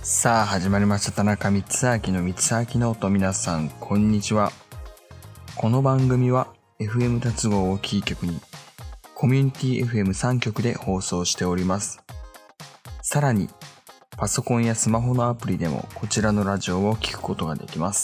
さあ始まりました田中光明の光明ノート。皆さんこんにちは。この番組は FM 達合をキー局にコミュニティ FM3 局で放送しております。さらにパソコンやスマホのアプリでもこちらのラジオを聞くことができます。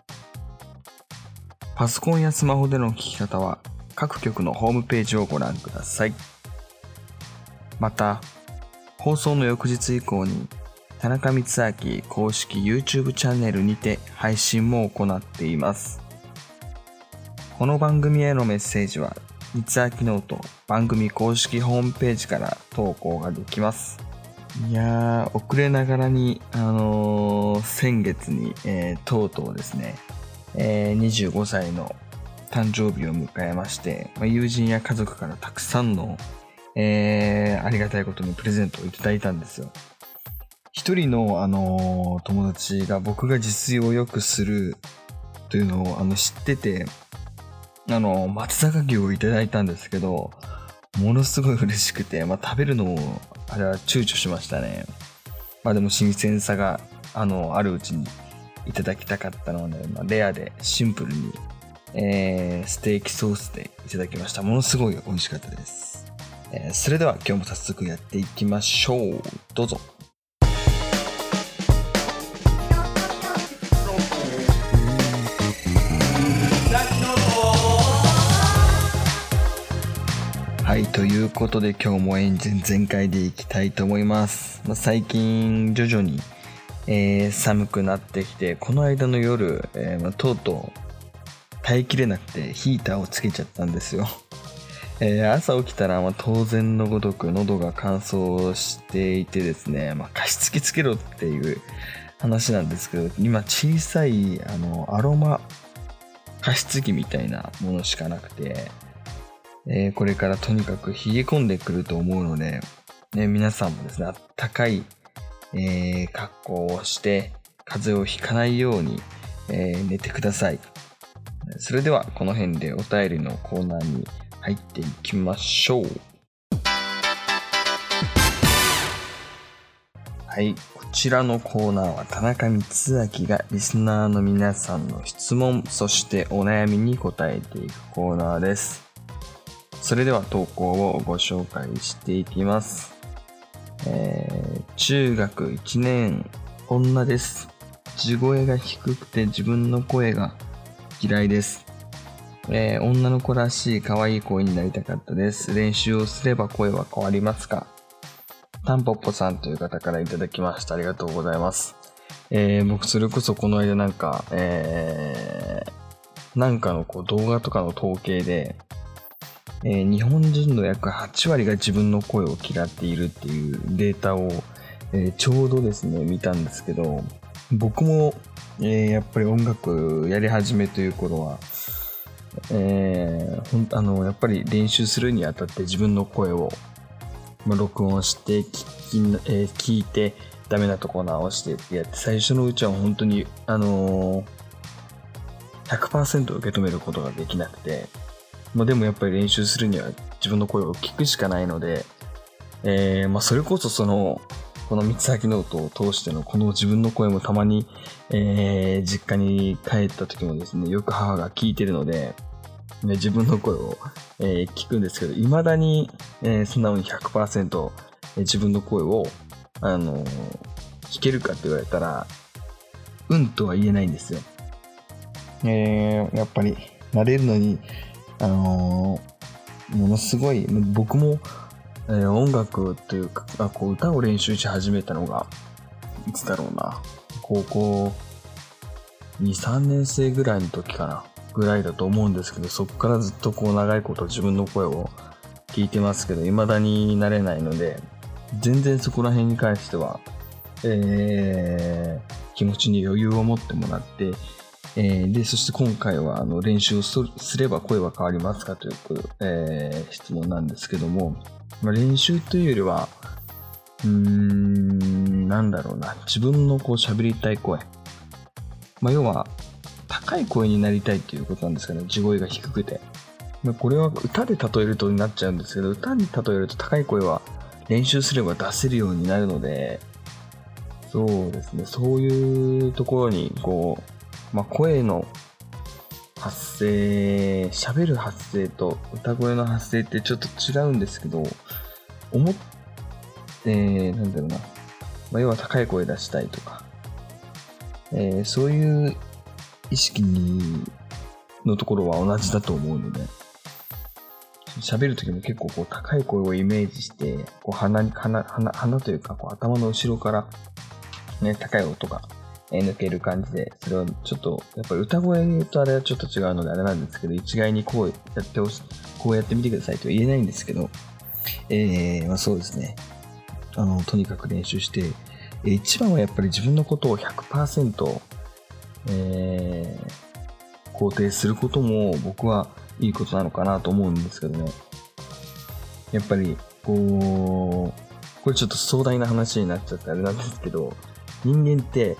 パソコンやスマホでの聞き方は各局のホームページをご覧ください。また放送の翌日以降に田中光明公式 YouTube チャンネルにて配信も行っています。この番組へのメッセージは光明ノート番組公式ホームページから投稿ができます。いやー、遅れながらに先月に、とうとうですね、25歳の誕生日を迎えまして、友人や家族からたくさんの、ありがたいことにプレゼントをいただいたんですよ。一人の、友達が僕が自炊をよくするというのを知ってて、松阪牛をいただいたんですけど、ものすごい嬉しくて、食べるのをあれは躊躇しましたね。でも新鮮さがあるうちにいただきたかったので、レアでシンプルに、ステーキソースでいただきました。ものすごい美味しかったです。それでは今日も早速やっていきましょう。どうぞ。はい、ということで今日もエンジン全開でいきたいと思います。最近徐々に、寒くなってきて、この間の夜、とうとう耐えきれなくてヒーターをつけちゃったんですよ。朝起きたら当然のごとく喉が乾燥していてですね、加湿器つけろっていう話なんですけど、今小さいアロマ加湿器みたいなものしかなくて、これからとにかく冷え込んでくると思うので、皆さんもですね、あったかい、格好をして風邪をひかないように、寝てください。それではこの辺でお便りのコーナーに入っていきましょう。はい、こちらのコーナーは田中光明がリスナーの皆さんの質問、そしてお悩みに答えていくコーナーです。それでは投稿をご紹介していきます。中学1年女です。地声が低くて自分の声が嫌いです。女の子らしい可愛い声になりたかったです。練習をすれば声は変わりますか？タンポッポさんという方からいただきました。ありがとうございます。僕それこそこの間なんかの動画とかの統計で、日本人の約8割が自分の声を嫌っているっていうデータを、ちょうどですね見たんですけど、僕も、やっぱり音楽やり始めという頃は、やっぱり練習するにあたって自分の声を、録音して聞いてダメなとこ直してってやって、最初のうちは本当に100% 受け止めることができなくて、でもやっぱり練習するには自分の声を聞くしかないので、それこそこの光明ノートを通してのこの自分の声もたまに、実家に帰った時もですね、よく母が聞いてるので、自分の声を、聞くんですけど、未だに、素直に 100% 自分の声を、聞けるかって言われたら、うんとは言えないんですよ。やっぱり慣れるのにものすごい、僕も、音楽というか歌を練習し始めたのがいつだろうな、高校 2,3 年生ぐらいの時かなぐらいだと思うんですけど、そこからずっと長いこと自分の声を聞いてますけど、未だに慣れないので、全然そこら辺に関しては、気持ちに余裕を持ってもらって、でそして今回は練習をすれば声は変わりますかという、質問なんですけども、練習というよりはなんだろうな、自分の喋りたい声、要は高い声になりたいということなんですかね。地声が低くて、これは歌で例えるとになっちゃうんですけど、歌に例えると高い声は練習すれば出せるようになるので、 そうですね。そういうところに、声の発声、喋る発声と歌声の発声ってちょっと違うんですけど、なんだろうな。要は高い声出したいとか、そういう意識のところは同じだと思うので、喋るときも結構高い声をイメージして、鼻というか頭の後ろから、ね、高い音が抜ける感じで、それをちょっと、やっぱり歌声とあれはちょっと違うのであれなんですけど、一概にこうやってみてくださいとは言えないんですけど、そうですね。とにかく練習して、一番はやっぱり自分のことを 100%、肯定することも僕はいいことなのかなと思うんですけどね。やっぱりこれちょっと壮大な話になっちゃってあれなんですけど、人間って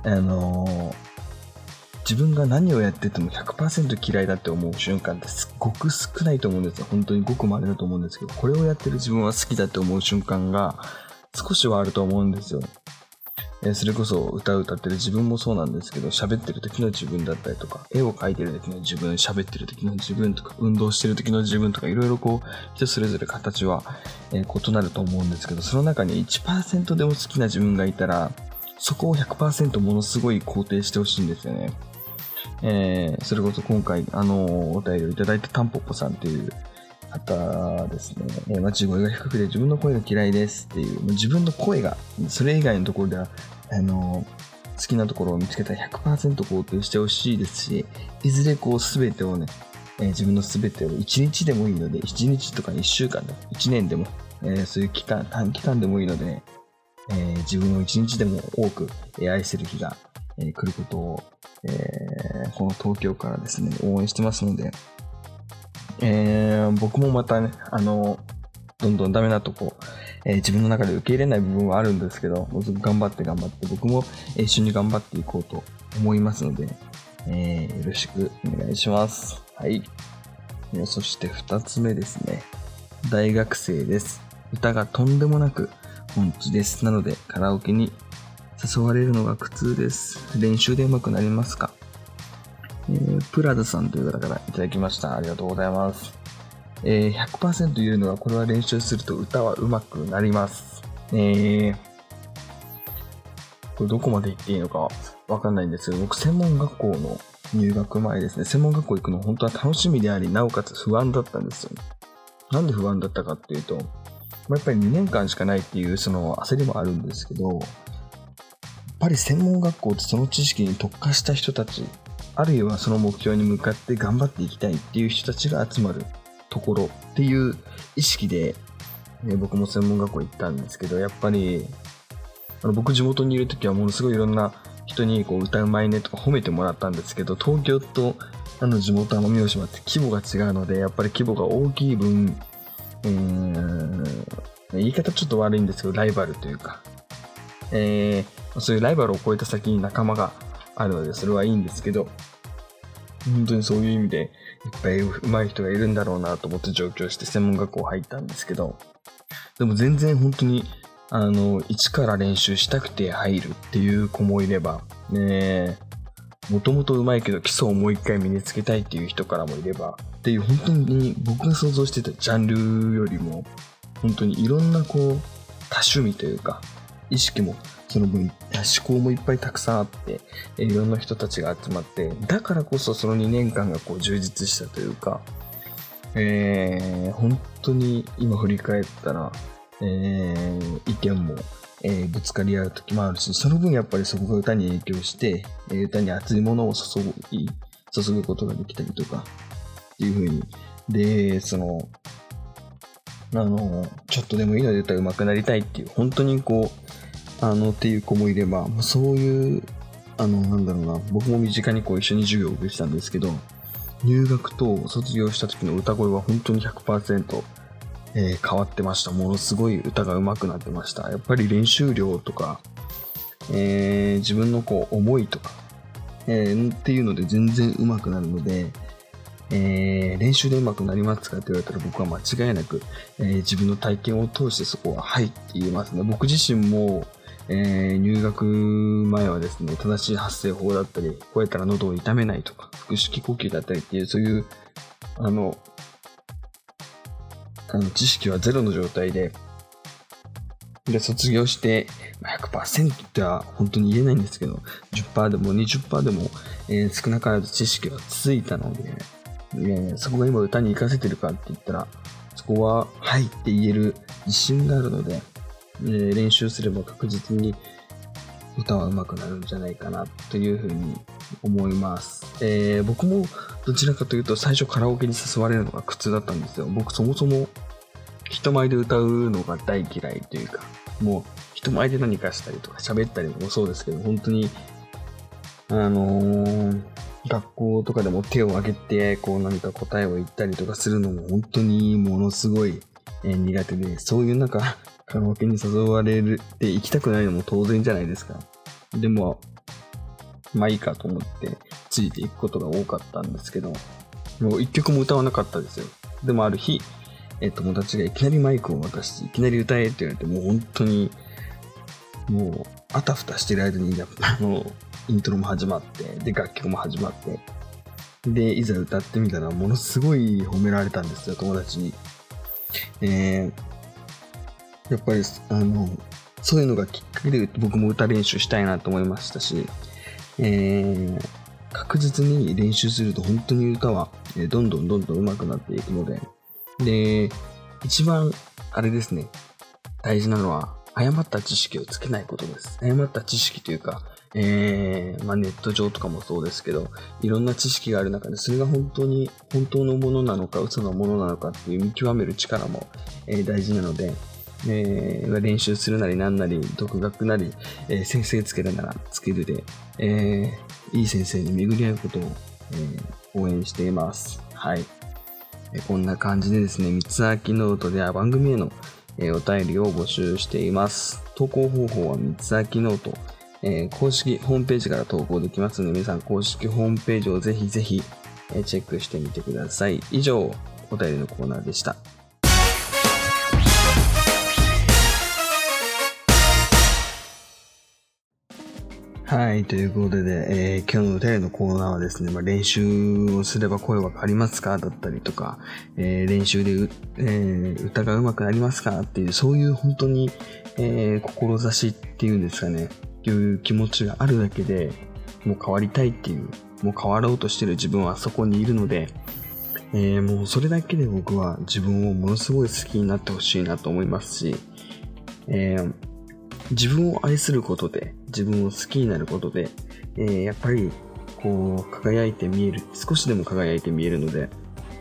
自分が何をやってても 100% 嫌いだって思う瞬間ってすごく少ないと思うんですよ。本当にごく稀だと思うんですけど、これをやってる自分は好きだって思う瞬間が少しはあると思うんですよ。それこそ歌ってる自分もそうなんですけど、喋ってる時の自分だったりとか、絵を描いてる時の自分、喋ってる時の自分とか、運動してる時の自分とか、いろいろ人それぞれ形は、異なると思うんですけど、その中に 1% でも好きな自分がいたら、そこを 100% ものすごい肯定してほしいんですよね。それこそ今回お便りをいただいたタンポポさんっていう方ですね。地声が低くて自分の声が嫌いですっていう、自分の声がそれ以外のところでは好きなところを見つけたら 100% 肯定してほしいですし、いずれ全てをね、自分の全てを1日でもいいので、1日とか1週間でも1年でも、そういう短期間でもいいので、自分を1日でも多く愛せる日が来ることを、この東京からですね応援してますので、僕もまたねどんどんダメなとこ、自分の中で受け入れない部分はあるんですけど、頑張って僕も一緒に頑張っていこうと思いますので、よろしくお願いします。はい。そして2つ目ですね。大学生です。歌がとんでもなく音痴です。なのでカラオケに誘われるのが苦痛です。練習で上手くなりますか？プラダさんという方からいただきました。ありがとうございます。100% 言えるのは、これは練習すると歌は上手くなります。これどこまで言っていいのかわかんないんですけど、僕専門学校の入学前ですね、専門学校行くの本当は楽しみであり、なおかつ不安だったんですよ。なんで不安だったかっていうと、やっぱり2年間しかないっていうその焦りもあるんですけど、やっぱり専門学校ってその知識に特化した人たち、あるいはその目標に向かって頑張っていきたいっていう人たちが集まるところっていう意識で、僕も専門学校行ったんですけど、やっぱり僕地元にいる時はものすごいいろんな人に歌うまいねとか褒めてもらったんですけど、東京と地元奄美大島って規模が違うので、やっぱり規模が大きい分、言い方ちょっと悪いんですけど、ライバルというか、そういうライバルを超えた先に仲間があるのでそれはいいんですけど、本当にそういう意味でいっぱい上手い人がいるんだろうなと思って上京して専門学校入ったんですけど、でも全然本当に一から練習したくて入るっていう子もいればね、もともと上手いけど基礎をもう一回身につけたいっていう人からもいればっていう、本当に僕が想像してたジャンルよりも本当にいろんな多趣味というか意識もその分思考もいっぱいたくさんあって、いろんな人たちが集まって、だからこそその2年間が充実したというか、本当に今振り返ったら、意見も、ぶつかり合う時もあるし、その分やっぱりそこが歌に影響して、歌に熱いものを注ぐことができたりとかっていう風に、でちょっとでもいいので歌うまくなりたいっていう、本当にっていう子もいれば、そういう僕も身近に一緒に授業を受けてたんですけど、入学と卒業した時の歌声は本当に 100%、変わってました。ものすごい歌が上手くなってました。やっぱり練習量とか、自分の思いとか、っていうので全然上手くなるので、練習で上手くなりますかって言われたら僕は間違いなく、自分の体験を通してそこははいって言えますね。僕自身も、 入学前はですね、正しい発声法だったり、声から喉を痛めないとか、腹式呼吸だったりっていう、そういう、知識はゼロの状態で、卒業して、100% っては本当に言えないんですけど、10% でも 20% でも、少なからず知識はついたので、そこが今歌に活かせてるかって言ったら、そこははいって言える自信があるので、練習すれば確実に歌は上手くなるんじゃないかなというふうに思います。僕もどちらかというと最初カラオケに誘われるのが苦痛だったんですよ。僕そもそも人前で歌うのが大嫌いというか、もう人前で何かしたりとか喋ったりもそうですけど、本当に学校とかでも手を挙げて何か答えを言ったりとかするのも本当にものすごい苦手で、そういう中カラオケに誘われるって行きたくないのも当然じゃないですか。でもまあいいかと思ってついていくことが多かったんですけど、もう一曲も歌わなかったですよ。でもある日、友達がいきなりマイクを渡していきなり歌えって言われて、もう本当にもうあたふたしてる間にイントロも始まって、で楽曲も始まって、でいざ歌ってみたらものすごい褒められたんですよ、友達に。やっぱりそういうのがきっかけで僕も歌練習したいなと思いましたし、確実に練習すると本当に歌はどんどん上手くなっていくので、一番あれですね、大事なのは誤った知識をつけないことです。誤った知識というか、ネット上とかもそうですけど、いろんな知識がある中でそれが本当のものなのか嘘のものなのかっていう見極める力も、大事なので、練習するなりなんなり独学なり、先生つけるならつけるで、いい先生に巡り合うことを、応援しています。はい。こんな感じでですね、三つ秋ノートでは番組への、お便りを募集しています。投稿方法は三つ秋ノート、公式ホームページから投稿できますので、皆さん公式ホームページをぜひぜひ、チェックしてみてください。以上、お便りのコーナーでした。はい、ということで、今日のお便りのコーナーはですね、練習をすれば声は変わりますかだったりとか、練習で歌が上手くなりますかっていう、そういう本当に、志っていうんですかね、いう気持ちがあるだけでもう変わりたいっていう、もう変わろうとしてる自分はそこにいるので、もうそれだけで僕は自分をものすごい好きになってほしいなと思いますし、自分を愛することで、自分を好きになることで、やっぱり輝いて見える、少しでも輝いて見えるので、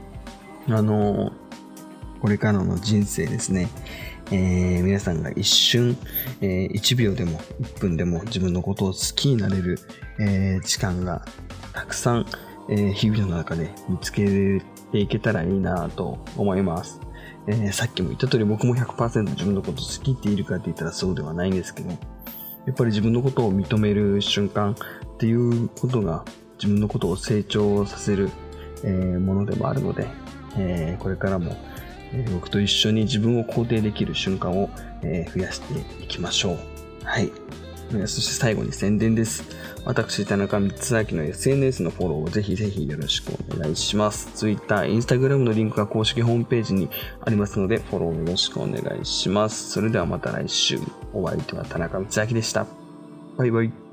これからの人生ですね、皆さんが一瞬、1秒でも1分でも自分のことを好きになれる、時間がたくさん、日々の中で見つけていけたらいいなと思います。さっきも言った通り僕も 100% 自分のこと好きっているかって言ったらそうではないんですけど、やっぱり自分のことを認める瞬間っていうことが自分のことを成長させる、ものでもあるので、これからも、僕と一緒に自分を肯定できる瞬間を、増やしていきましょう。はい。そして最後に宣伝です。私、田中光明の SNS のフォローをぜひぜひよろしくお願いします。Twitter、Instagram のリンクが公式ホームページにありますので、フォローよろしくお願いします。それではまた来週。お相手は田中光明でした。バイバイ。